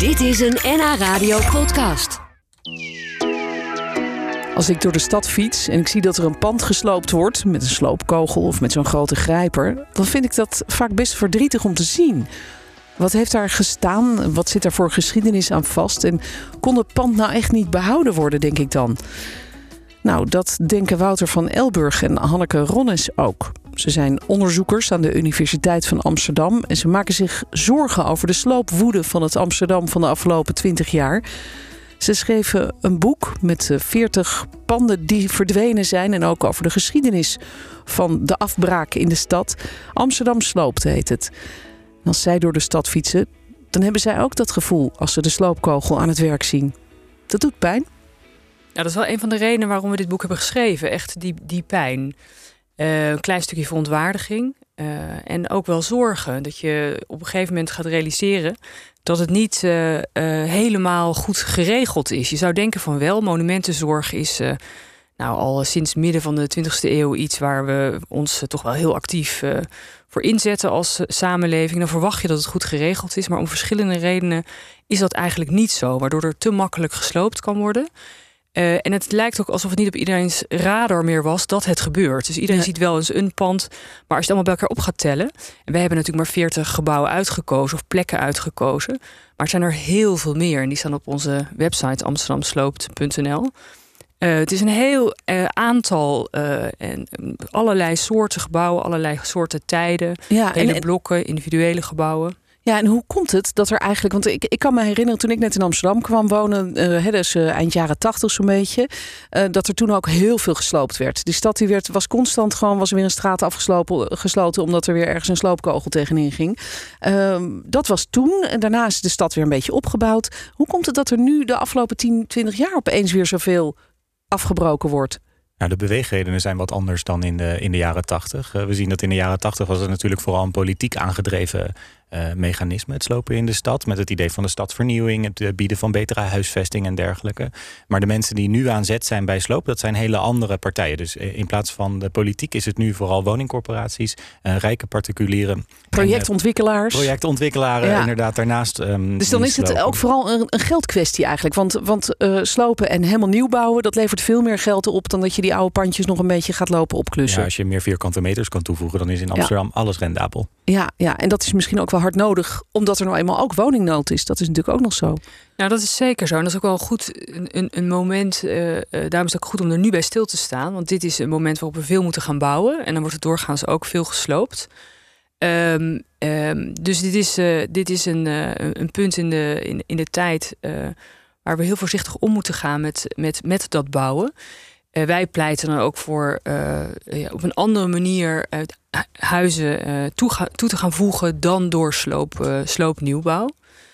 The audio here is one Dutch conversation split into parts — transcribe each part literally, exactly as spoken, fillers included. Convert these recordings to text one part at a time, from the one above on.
Dit is een N H Radio podcast. Als ik door de stad fiets en ik zie dat er een pand gesloopt wordt met een sloopkogel of met zo'n grote grijper, dan vind ik dat vaak best verdrietig om te zien. Wat heeft daar gestaan? Wat zit daar voor geschiedenis aan vast? En kon het pand nou echt niet behouden worden, denk ik dan? Nou, dat denken Wouter van Elburg en Hanneke Ronnes ook. Ze zijn onderzoekers aan de Universiteit van Amsterdam en ze maken zich zorgen over de sloopwoede van het Amsterdam van de afgelopen twintig jaar. Ze schreven een boek met veertig panden die verdwenen zijn en ook over de geschiedenis van de afbraak in de stad. Amsterdam sloopt heet het. En als zij door de stad fietsen, dan hebben zij ook dat gevoel als ze de sloopkogel aan het werk zien. Dat doet pijn. Ja, dat is wel een van de redenen waarom we dit boek hebben geschreven. Echt die, die pijn. Uh, een klein stukje verontwaardiging. Uh, en ook wel zorgen. Dat je op een gegeven moment gaat realiseren dat het niet uh, uh, helemaal goed geregeld is. Je zou denken van wel. Monumentenzorg is uh, nou, al sinds midden van de twintigste eeuw iets waar we ons uh, toch wel heel actief uh, voor inzetten als uh, samenleving. Dan verwacht je dat het goed geregeld is. Maar om verschillende redenen is dat eigenlijk niet zo. Waardoor er te makkelijk gesloopt kan worden. Uh, en het lijkt ook alsof het niet op iedereen's radar meer was dat het gebeurt. Dus iedereen ja. ziet wel eens een pand, maar als je het allemaal bij elkaar op gaat tellen. En wij hebben natuurlijk maar veertig gebouwen uitgekozen of plekken uitgekozen. Maar het zijn er heel veel meer en die staan op onze website amsterdam sloopt punt n l. Uh, het is een heel uh, aantal uh, en allerlei soorten gebouwen, allerlei soorten tijden, ja, hele en, blokken, individuele gebouwen. Ja, en hoe komt het dat er eigenlijk... Want ik, ik kan me herinneren, toen ik net in Amsterdam kwam wonen... Uh, dus uh, eind jaren tachtig zo'n beetje... Uh, dat er toen ook heel veel gesloopt werd. Die stad die werd, was constant gewoon... was er weer een straat afgesloten... omdat er weer ergens een sloopkogel tegenin ging. Uh, dat was toen. En daarna is de stad weer een beetje opgebouwd. Hoe komt het dat er nu de afgelopen tien, twintig jaar... opeens weer zoveel afgebroken wordt? Nou, de beweegredenen zijn wat anders dan in de, in de jaren tachtig. Uh, we zien dat in de jaren tachtig was het natuurlijk vooral een politiek aangedreven uh, mechanisme. Het slopen in de stad met het idee van de stadsvernieuwing, het uh, bieden van betere huisvesting en dergelijke. Maar de mensen die nu aan zet zijn bij sloop, dat zijn hele andere partijen. Dus uh, in plaats van de politiek is het nu vooral woningcorporaties, uh, rijke particulieren. Projectontwikkelaars. En, uh, projectontwikkelaren, ja. inderdaad, daarnaast. Um, dus dan is het ook vooral een, een geldkwestie eigenlijk. Want, want uh, slopen en helemaal nieuw bouwen, dat levert veel meer geld op dan dat je die oude pandjes nog een beetje gaat lopen opklussen. Ja, als je meer vierkante meters kan toevoegen, dan is in Amsterdam ja. alles rendabel. Ja, ja, en dat is misschien ook wel hard nodig, omdat er nou eenmaal ook woningnood is. Dat is natuurlijk ook nog zo. Nou, dat is zeker zo. En dat is ook wel goed een, een, een moment, uh, uh, daarom is het ook goed om er nu bij stil te staan. Want dit is een moment waarop we veel moeten gaan bouwen. En dan wordt het doorgaans ook veel gesloopt. Um, um, dus dit is, uh, dit is een, uh, een punt in de, in, in de tijd uh, waar we heel voorzichtig om moeten gaan met, met, met dat bouwen. Uh, wij pleiten dan ook voor uh, ja, op een andere manier uh, huizen uh, toe, ga, toe te gaan voegen dan door sloop, uh, sloopnieuwbouw.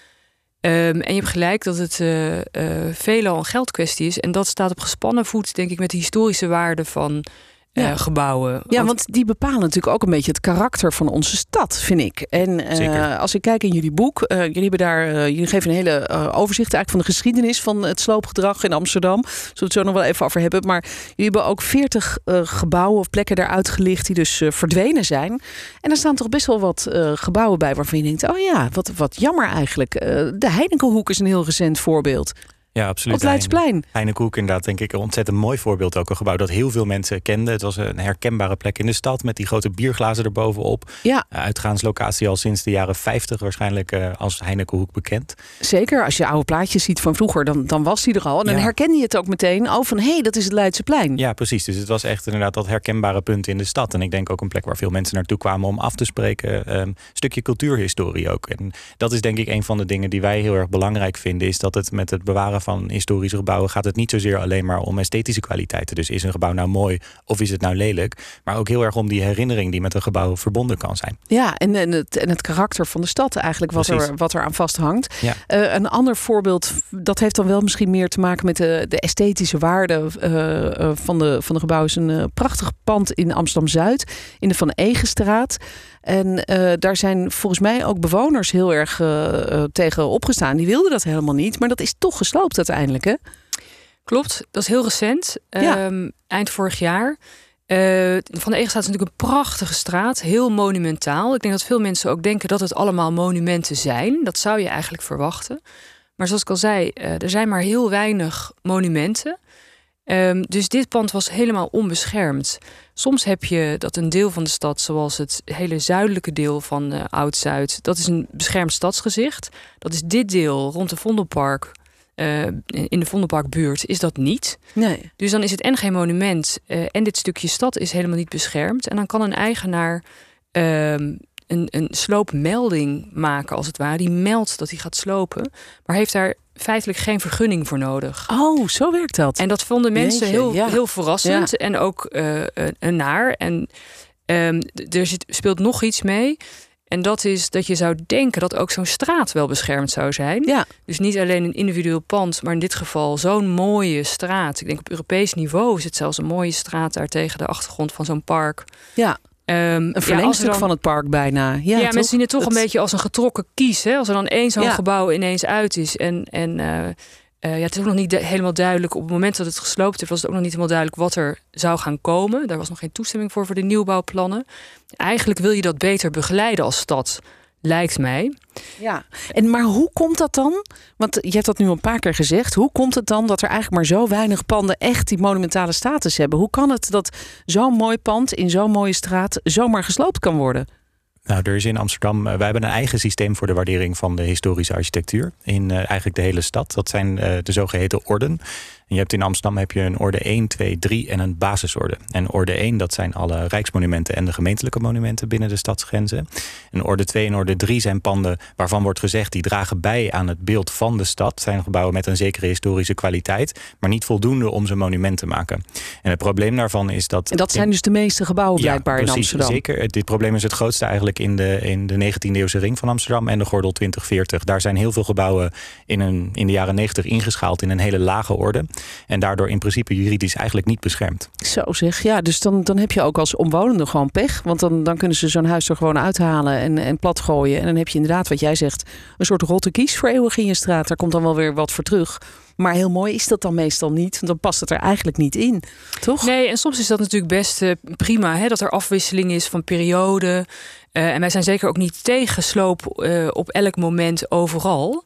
Um, en je hebt gelijk dat het uh, uh, veelal een geldkwestie is. En dat staat op gespannen voet, denk ik, met de historische waarde van uh, ja. gebouwen. Ja, want, want die bepalen natuurlijk ook een beetje het karakter van onze stad, vind ik. En uh, als ik kijk in jullie boek, uh, jullie hebben daar, uh, jullie geven een hele uh, overzicht eigenlijk van de geschiedenis van het sloopgedrag in Amsterdam. Zullen we het zo nog wel even over hebben. Maar jullie hebben ook veertig uh, gebouwen of plekken eruit gelicht die dus uh, verdwenen zijn. En er staan toch best wel wat uh, gebouwen bij waarvan je denkt, oh ja, wat, wat jammer eigenlijk. Uh, de Heinekenhoek is een heel recent voorbeeld. Ja, absoluut. Op Leidsplein. Heinekenhoek inderdaad, denk ik, een ontzettend mooi voorbeeld. Ook een gebouw dat heel veel mensen kenden. Het was een herkenbare plek in de stad met die grote bierglazen erbovenop. Ja. Uitgaanslocatie al sinds de jaren vijftig waarschijnlijk uh, als Heinekenhoek bekend. Zeker, als je oude plaatjes ziet van vroeger, dan, dan was die er al. En dan ja. herkende je het ook meteen. Oh, van hé, hey, dat is het Leidseplein. Ja, precies. Dus het was echt inderdaad dat herkenbare punt in de stad. En ik denk ook een plek waar veel mensen naartoe kwamen om af te spreken. Um, stukje cultuurhistorie ook. En dat is denk ik een van de dingen die wij heel erg belangrijk vinden, is dat het met het bewaren van historische gebouwen gaat het niet zozeer alleen maar om esthetische kwaliteiten. Dus is een gebouw nou mooi of is het nou lelijk? Maar ook heel erg om die herinnering die met een gebouw verbonden kan zijn. Ja, en, en, het, en het karakter van de stad eigenlijk, wat er, wat er aan vasthangt. Ja. Uh, een ander voorbeeld, dat heeft dan wel misschien meer te maken met de, de esthetische waarde uh, uh, van, de, van de gebouwen. Is een uh, prachtig pand in Amsterdam-Zuid, in de Van Egenstraat. En uh, daar zijn volgens mij ook bewoners heel erg uh, tegen opgestaan. Die wilden dat helemaal niet, maar dat is toch gesloopt uiteindelijk, hè? Klopt, dat is heel recent. Ja. Um, eind vorig jaar. Uh, Van de Egenstraat is natuurlijk een prachtige straat. Heel monumentaal. Ik denk dat veel mensen ook denken dat het allemaal monumenten zijn. Dat zou je eigenlijk verwachten. Maar zoals ik al zei, uh, er zijn maar heel weinig monumenten. Um, dus dit pand was helemaal onbeschermd. Soms heb je dat een deel van de stad, zoals het hele zuidelijke deel van uh, Oud-Zuid, dat is een beschermd stadsgezicht. Dat is dit deel rond de Vondelpark. Uh, in de Vondelparkbuurt is dat niet. Nee. Dus dan is het en geen monument uh, en dit stukje stad is helemaal niet beschermd. En dan kan een eigenaar uh, een, een sloopmelding maken, als het ware. Die meldt dat hij gaat slopen, maar heeft daar feitelijk geen vergunning voor nodig. Oh, zo werkt dat. En dat vonden mensen Jeetje, heel, ja. heel verrassend Ja. en ook uh, een naar. En um, er zit, speelt nog iets mee. En dat is dat je zou denken dat ook zo'n straat wel beschermd zou zijn. Ja. Dus niet alleen een individueel pand, maar in dit geval zo'n mooie straat. Ik denk op Europees niveau is het zelfs een mooie straat daar tegen de achtergrond van zo'n park. Ja. Um, Een verlengstuk ja, dan, van het park bijna. Ja, ja toch? mensen zien het toch het... een beetje als een getrokken kies. Hè? Als er dan één zo'n ja. gebouw ineens uit is. En, en uh, uh, ja, het is ook nog niet de, helemaal duidelijk. Op het moment dat het gesloopt is, was het ook nog niet helemaal duidelijk wat er zou gaan komen. Daar was nog geen toestemming voor voor de nieuwbouwplannen. Eigenlijk wil je dat beter begeleiden als stad, lijkt mij. Ja, en maar hoe komt dat dan? Want je hebt dat nu al een paar keer gezegd. Hoe komt het dan dat er eigenlijk maar zo weinig panden echt die monumentale status hebben? Hoe kan het dat zo'n mooi pand in zo'n mooie straat zomaar gesloopt kan worden? Nou, er is in Amsterdam, uh, wij hebben een eigen systeem voor de waardering van de historische architectuur in uh, eigenlijk de hele stad. Dat zijn uh, de zogeheten orden. En je hebt in Amsterdam heb je een orde één, twee, drie en een basisorde. En orde één, dat zijn alle rijksmonumenten en de gemeentelijke monumenten binnen de stadsgrenzen. En orde twee en orde drie zijn panden waarvan wordt gezegd die dragen bij aan het beeld van de stad. Zijn gebouwen met een zekere historische kwaliteit, maar niet voldoende om ze een monument te maken. En het probleem daarvan is dat... En dat zijn in, dus de meeste gebouwen blijkbaar ja, precies, in Amsterdam. Zeker. Dit probleem is het grootste eigenlijk in de, in de negentiende eeuwse ring van Amsterdam en de gordel twintig veertig. Daar zijn heel veel gebouwen in, een, in de jaren negentig ingeschaald in een hele lage orde. En daardoor in principe juridisch eigenlijk niet beschermd. Zo zeg, ja, dus dan, dan heb je ook als omwonende gewoon pech. Want dan, dan kunnen ze zo'n huis er gewoon uithalen en, en plat gooien. En dan heb je inderdaad, wat jij zegt, een soort rotte kies voor eeuwig in je straat. Daar komt dan wel weer wat voor terug. Maar heel mooi is dat dan meestal niet. Want dan past het er eigenlijk niet in, toch? Nee, en soms is dat natuurlijk best uh, prima, hè, dat er afwisseling is van periode. Uh, en wij zijn zeker ook niet tegen sloop uh, op elk moment overal.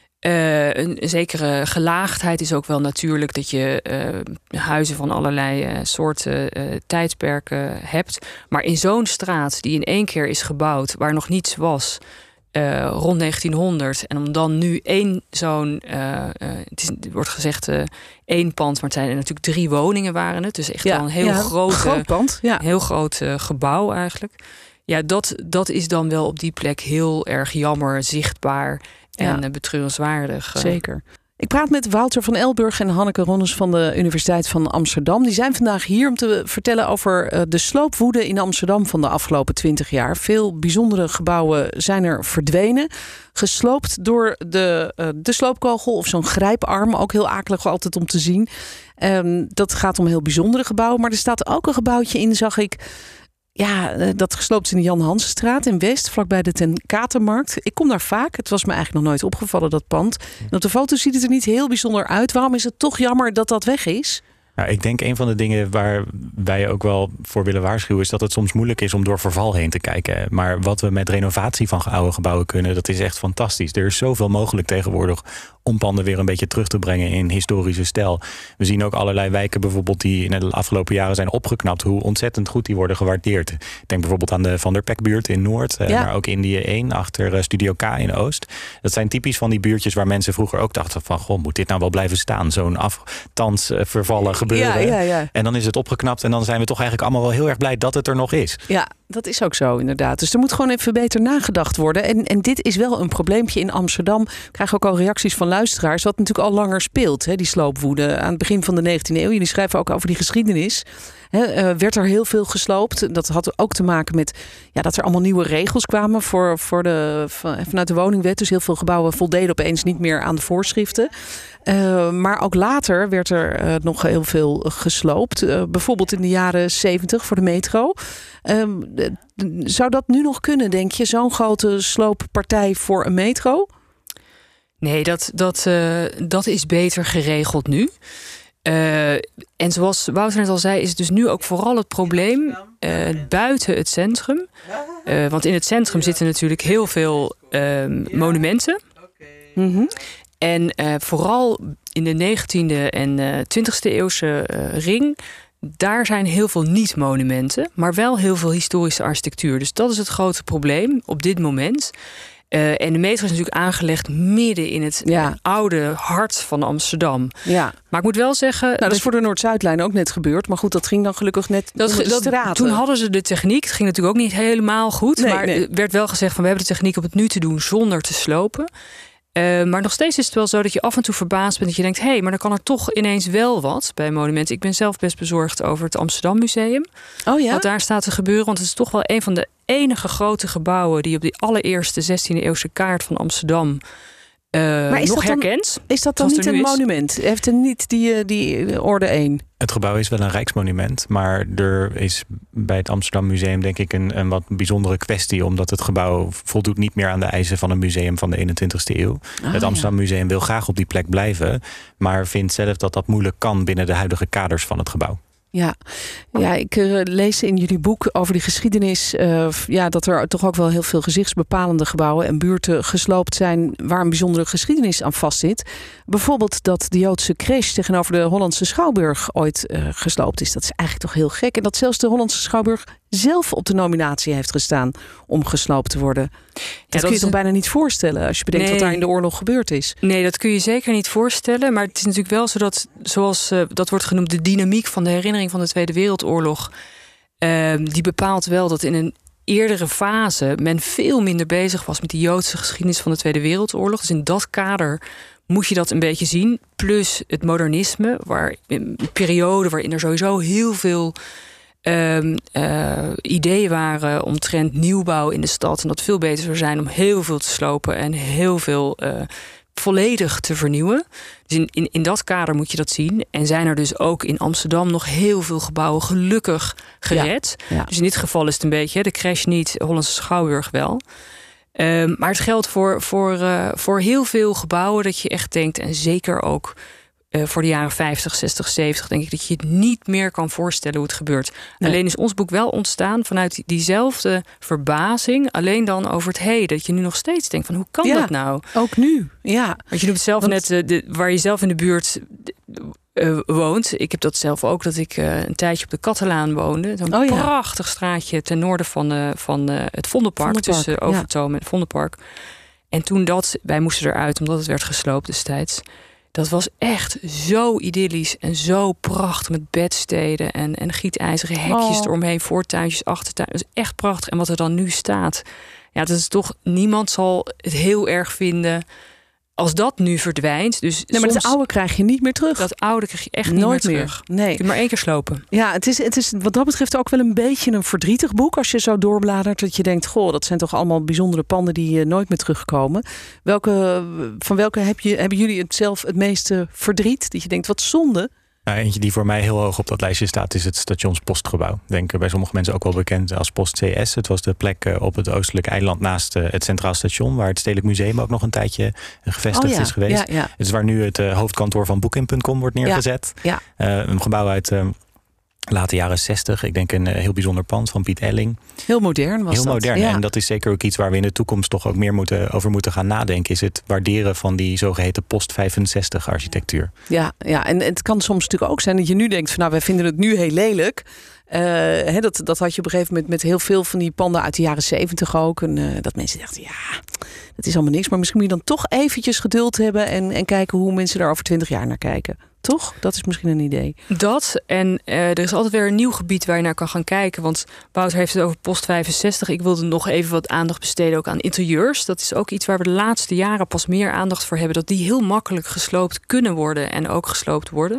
Uh, een, een zekere gelaagdheid is ook wel natuurlijk, dat je uh, huizen van allerlei uh, soorten uh, tijdperken hebt. Maar in zo'n straat die in één keer is gebouwd, waar nog niets was, uh, rond negentienhonderd, en om dan nu één zo'n, uh, uh, het, is, het wordt gezegd uh, één pand, maar het zijn er natuurlijk drie woningen waren het. Dus echt ja, wel een heel ja, groot, groot pand. Ja. Heel groot uh, gebouw eigenlijk. Ja, dat, dat is dan wel op die plek heel erg jammer, zichtbaar en ja. betreurenswaardig. Zeker. Ik praat met Wouter van Elburg en Hanneke Ronnes van de Universiteit van Amsterdam. Die zijn vandaag hier om te vertellen over de sloopwoede in Amsterdam van de afgelopen twintig jaar. Veel bijzondere gebouwen zijn er verdwenen. Gesloopt door de, de sloopkogel of zo'n grijparm. Ook heel akelig altijd om te zien. Um, dat gaat om heel bijzondere gebouwen. Maar er staat ook een gebouwtje in, zag ik. Ja, dat gesloopt is in de Jan Hansenstraat in West, vlakbij de Ten Katenmarkt. Ik kom daar vaak. Het was me eigenlijk nog nooit opgevallen, dat pand. En op de foto ziet het er niet heel bijzonder uit. Waarom is het toch jammer dat dat weg is? Nou, ik denk een van de dingen waar wij ook wel voor willen waarschuwen is dat het soms moeilijk is om door verval heen te kijken. Maar wat we met renovatie van oude gebouwen kunnen, dat is echt fantastisch. Er is zoveel mogelijk tegenwoordig om panden weer een beetje terug te brengen in historische stijl. We zien ook allerlei wijken bijvoorbeeld die in de afgelopen jaren zijn opgeknapt, hoe ontzettend goed die worden gewaardeerd. Ik denk bijvoorbeeld aan de Van der Pekbuurt in Noord, ja. maar ook Indië één achter Studio K in Oost. Dat zijn typisch van die buurtjes waar mensen vroeger ook dachten van, goh, moet dit nou wel blijven staan? Zo'n afthans vervallen gebeuren. Ja, ja, ja. En dan is het opgeknapt en dan zijn we toch eigenlijk allemaal wel heel erg blij dat het er nog is. Ja, dat is ook zo inderdaad. Dus er moet gewoon even beter nagedacht worden. En, en dit is wel een probleempje in Amsterdam. Ik krijg ook al reacties van luisteraars, wat natuurlijk al langer speelt, hè, die sloopwoede. Aan het begin van de negentiende eeuw. Jullie schrijven ook over die geschiedenis. He, uh, werd er heel veel gesloopt. Dat had ook te maken met ja, dat er allemaal nieuwe regels kwamen voor, voor de, van, vanuit de woningwet. Dus heel veel gebouwen voldeden opeens niet meer aan de voorschriften. Uh, maar ook later werd er uh, nog heel veel gesloopt. Uh, bijvoorbeeld in de jaren zeventig voor de metro. Uh, zou dat nu nog kunnen, denk je? Zo'n grote slooppartij voor een metro? Nee, dat, dat, uh, dat is beter geregeld nu. Uh, en zoals Wouter net al zei, is het dus nu ook vooral het probleem uh, buiten het centrum. Uh, want in het centrum zitten natuurlijk heel veel uh, monumenten. Mm-hmm. En uh, vooral in de negentiende en uh, twintigste eeuwse uh, ring, daar zijn heel veel niet-monumenten, maar wel heel veel historische architectuur. Dus dat is het grote probleem op dit moment. Uh, en de metro is natuurlijk aangelegd midden in het ja. oude hart van Amsterdam. Ja. Maar ik moet wel zeggen... Nou, dat is voor de Noord-Zuidlijn ook net gebeurd. Maar goed, dat ging dan gelukkig net dat, onder de dat, straten. Toen hadden ze de techniek. Het ging natuurlijk ook niet helemaal goed. Nee, maar nee. er werd wel gezegd van we hebben de techniek om het nu te doen zonder te slopen. Uh, maar nog steeds is het wel zo dat je af en toe verbaasd bent. Dat je denkt, hé, hey, maar dan kan er toch ineens wel wat bij monumenten. Ik ben zelf best bezorgd over het Amsterdam Museum. Oh ja? Wat daar staat te gebeuren. Want het is toch wel een van de enige grote gebouwen die op die allereerste zestiende eeuwse kaart van Amsterdam uh, maar is nog dat dan, herkent. Is dat dan niet een monument? Heeft het niet die, die orde één? Het gebouw is wel een rijksmonument, maar er is bij het Amsterdam Museum denk ik een, een wat bijzondere kwestie, omdat het gebouw voldoet niet meer aan de eisen van een museum van de eenentwintigste eeuw. Ah, het Amsterdam ja. Museum wil graag op die plek blijven, maar vindt zelf dat dat moeilijk kan binnen de huidige kaders van het gebouw. Ja, ja ik uh, lees in jullie boek over die geschiedenis Uh, ja, dat er toch ook wel heel veel gezichtsbepalende gebouwen en buurten gesloopt zijn waar een bijzondere geschiedenis aan vastzit. Bijvoorbeeld dat de Joodse crash tegenover de Hollandse Schouwburg ooit uh, gesloopt is. Dat is eigenlijk toch heel gek. En dat zelfs de Hollandse Schouwburg zelf op de nominatie heeft gestaan om gesloopt te worden. Dat, ja, dat kun je toch een... bijna niet voorstellen als je bedenkt nee. wat daar in de oorlog gebeurd is. Nee, dat kun je zeker niet voorstellen. Maar het is natuurlijk wel zo dat, zoals uh, dat wordt genoemd, de dynamiek van de herinnering van de Tweede Wereldoorlog, Uh, die bepaalt wel dat in een eerdere fase men veel minder bezig was met de Joodse geschiedenis van de Tweede Wereldoorlog. Dus in dat kader moet je dat een beetje zien. Plus het modernisme, waar een periode waarin er sowieso heel veel Um, uh, ideeën waren omtrent nieuwbouw in de stad. En dat veel beter zou zijn om heel veel te slopen en heel veel uh, volledig te vernieuwen. Dus in, in, in dat kader moet je dat zien. En zijn er dus ook in Amsterdam nog heel veel gebouwen gelukkig gered. Ja, ja. Dus in dit geval is het een beetje de crash niet, Hollandse Schouwburg wel. Um, maar het geldt voor, voor, uh, voor heel veel gebouwen dat je echt denkt, en zeker ook Uh, voor de jaren vijftig, zestig, zeventig... denk ik dat je het niet meer kan voorstellen hoe het gebeurt. Nee. Alleen is ons boek wel ontstaan vanuit diezelfde verbazing, alleen dan over het heden. Dat je nu nog steeds denkt van hoe kan ja, dat nou? Ook nu, ja. Want je noemt zelf Want... net uh, de, waar je zelf in de buurt uh, woont. Ik heb dat zelf ook, dat ik uh, een tijdje op de Katelaan woonde. Zo'n oh, ja. prachtig straatje ten noorden van, uh, van uh, het Vondelpark, Vondelpark tussen Overtoom ja. en het Vondelpark. En toen dat, wij moesten eruit omdat het werd gesloopt destijds. Dat was echt zo idyllisch en zo prachtig met bedsteden en, en gietijzeren hekjes oh. eromheen, voortuintjes, achtertuintjes. Dat is echt prachtig. En wat er dan nu staat, ja, dat is toch, niemand zal het heel erg vinden als dat nu verdwijnt. Dus nee, maar soms, dat oude krijg je niet meer terug. Dat oude krijg je echt niet Nooit meer meer terug. Nee. Je kunt maar één keer slopen. Ja, het is, het is wat dat betreft ook wel een beetje een verdrietig boek. Als je zo doorbladert, dat je denkt, goh, dat zijn toch allemaal bijzondere panden die uh, nooit meer terugkomen. Welke, van welke heb je, hebben jullie het zelf het meeste verdriet? Dat je denkt, wat zonde. Nou, eentje die voor mij heel hoog op dat lijstje staat is het stationspostgebouw. Denk bij sommige mensen ook wel bekend als Post C S. Het was de plek op het oostelijke eiland naast het Centraal Station, waar het Stedelijk Museum ook nog een tijdje gevestigd oh ja, is geweest. Ja, ja. Het is waar nu het uh, hoofdkantoor van Bookin punt com wordt neergezet. Ja, ja. Uh, een gebouw uit uh, late jaren zestig. Ik denk een uh, heel bijzonder pand van Piet Elling. Heel modern was heel dat. Heel modern. Ja. En dat is zeker ook iets waar we in de toekomst toch ook meer moeten, over moeten gaan nadenken. Is het waarderen van die zogeheten post vijfenzestig architectuur. Ja, ja, en het kan soms natuurlijk ook zijn dat je nu denkt van nou, wij vinden het nu heel lelijk. Uh, he, dat, dat had je op een gegeven moment met heel veel van die panden uit de jaren zeventig ook. En uh, dat mensen dachten, ja, dat is allemaal niks. Maar misschien moet je dan toch eventjes geduld hebben en, en kijken hoe mensen daar over twintig jaar naar kijken. Toch? Dat is misschien een idee. Dat en uh, er is altijd weer een nieuw gebied waar je naar kan gaan kijken. Want Wouter heeft het over post vijfenzestig. Ik wilde nog even wat aandacht besteden ook aan interieurs. Dat is ook iets waar we de laatste jaren pas meer aandacht voor hebben. Dat die heel makkelijk gesloopt kunnen worden en ook gesloopt worden.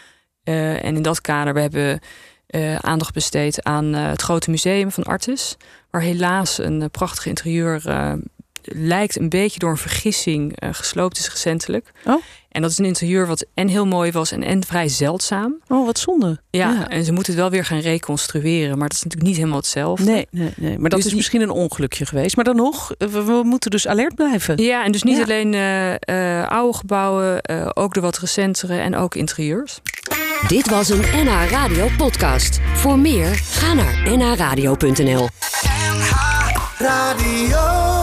Uh, en in dat kader, we hebben uh, aandacht besteed aan uh, het grote museum van Artis. Waar helaas een uh, prachtig interieur Uh, lijkt een beetje door een vergissing uh, gesloopt is recentelijk. Oh. En dat is een interieur wat en heel mooi was en, en vrij zeldzaam. Oh, wat zonde. Ja, ja, en ze moeten het wel weer gaan reconstrueren. Maar dat is natuurlijk niet helemaal hetzelfde. Nee, nee, nee. Maar dat dus is die... misschien een ongelukje geweest. Maar dan nog, we, we moeten dus alert blijven. Ja, en dus niet ja. alleen uh, uh, oude gebouwen, uh, ook de wat recentere en ook interieurs. Dit was een N H Radio podcast. Voor meer, ga naar n h radio punt n l. N H Radio.